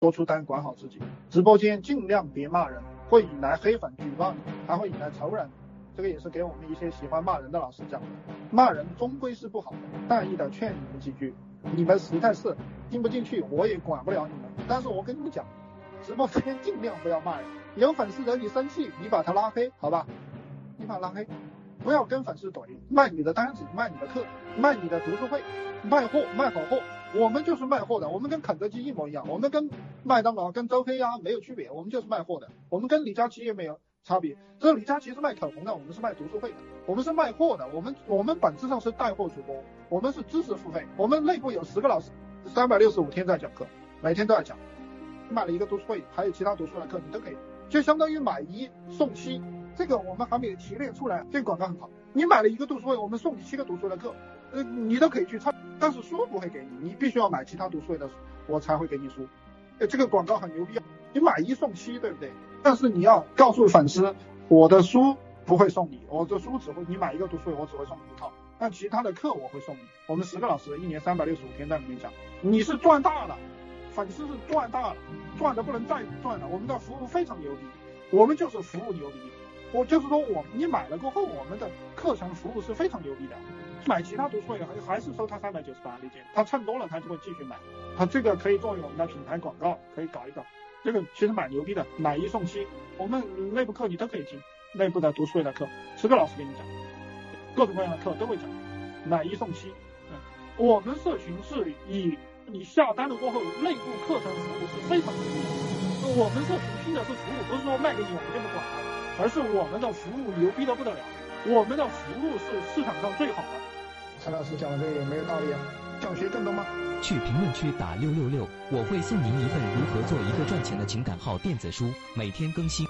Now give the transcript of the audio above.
多出单，管好自己。直播间尽量别骂人，会引来黑粉举报你，还会引来仇人。这个也是给我们一些喜欢骂人的老师讲的。骂人终归是不好的，善意的劝你们几句，你们实在是听不进去，我也管不了你们。但是我跟你们讲，直播间尽量不要骂人，有粉丝惹你生气，你把他拉黑，好吧？你把他拉黑，不要跟粉丝怼，卖你的单子，卖你的课，卖你的读书会，卖货，卖好货。我们就是卖货的，我们跟肯德基一模一样，我们跟麦当劳、跟周黑鸭没有区别，我们就是卖货的，我们跟李佳琦也没有差别。这李佳琦是卖口红的，我们是卖读书会的，我们是卖货的，我们本质上是带货主播，我们是知识付费，我们内部有10个老师，365天在讲课，每天都在讲。买了一个读书会，还有其他读书会的课，你都可以，就相当于买1送7，这个我们还没有提炼出来，这个广告很好。你买了一个读书会，我们送你7个读书会的课，你都可以去参，但是书不会给你，你必须要买其他读书会的书，我才会给你书。这个广告很牛逼啊！你买1送7，对不对？但是你要告诉粉丝，我的书不会送你，我的书只会你买一个读书会，我只会送你1套，但其他的课我会送你。我们10个老师1年365天在里面讲，你是赚大了，粉丝是赚大了，赚的不能再赚了。我们的服务非常牛逼，我们就是服务牛逼。我就是说你买了过后，我们的课程服务是非常牛逼的。买其他读书会还是收他398，理解？他蹭多了他就会继续买，他这个可以作为我们的品牌广告，可以搞一搞。这个其实蛮牛逼的，买1送7，我们内部课你都可以听，内部的读书会的课10个老师给你讲，各种各样的课都会讲，买1送7。我们社群是以你下单了过后，内部课程服务是非常牛逼的。我们社群拼的是服务，不是说卖给你我们就不管了，而是我们的服务牛逼的不得了，我们的服务是市场上最好的。蔡老师讲的这个有没有道理啊？想学更多吗？ 去评论区打666，我会送您一份如何做一个赚钱的情感号电子书，每天更新。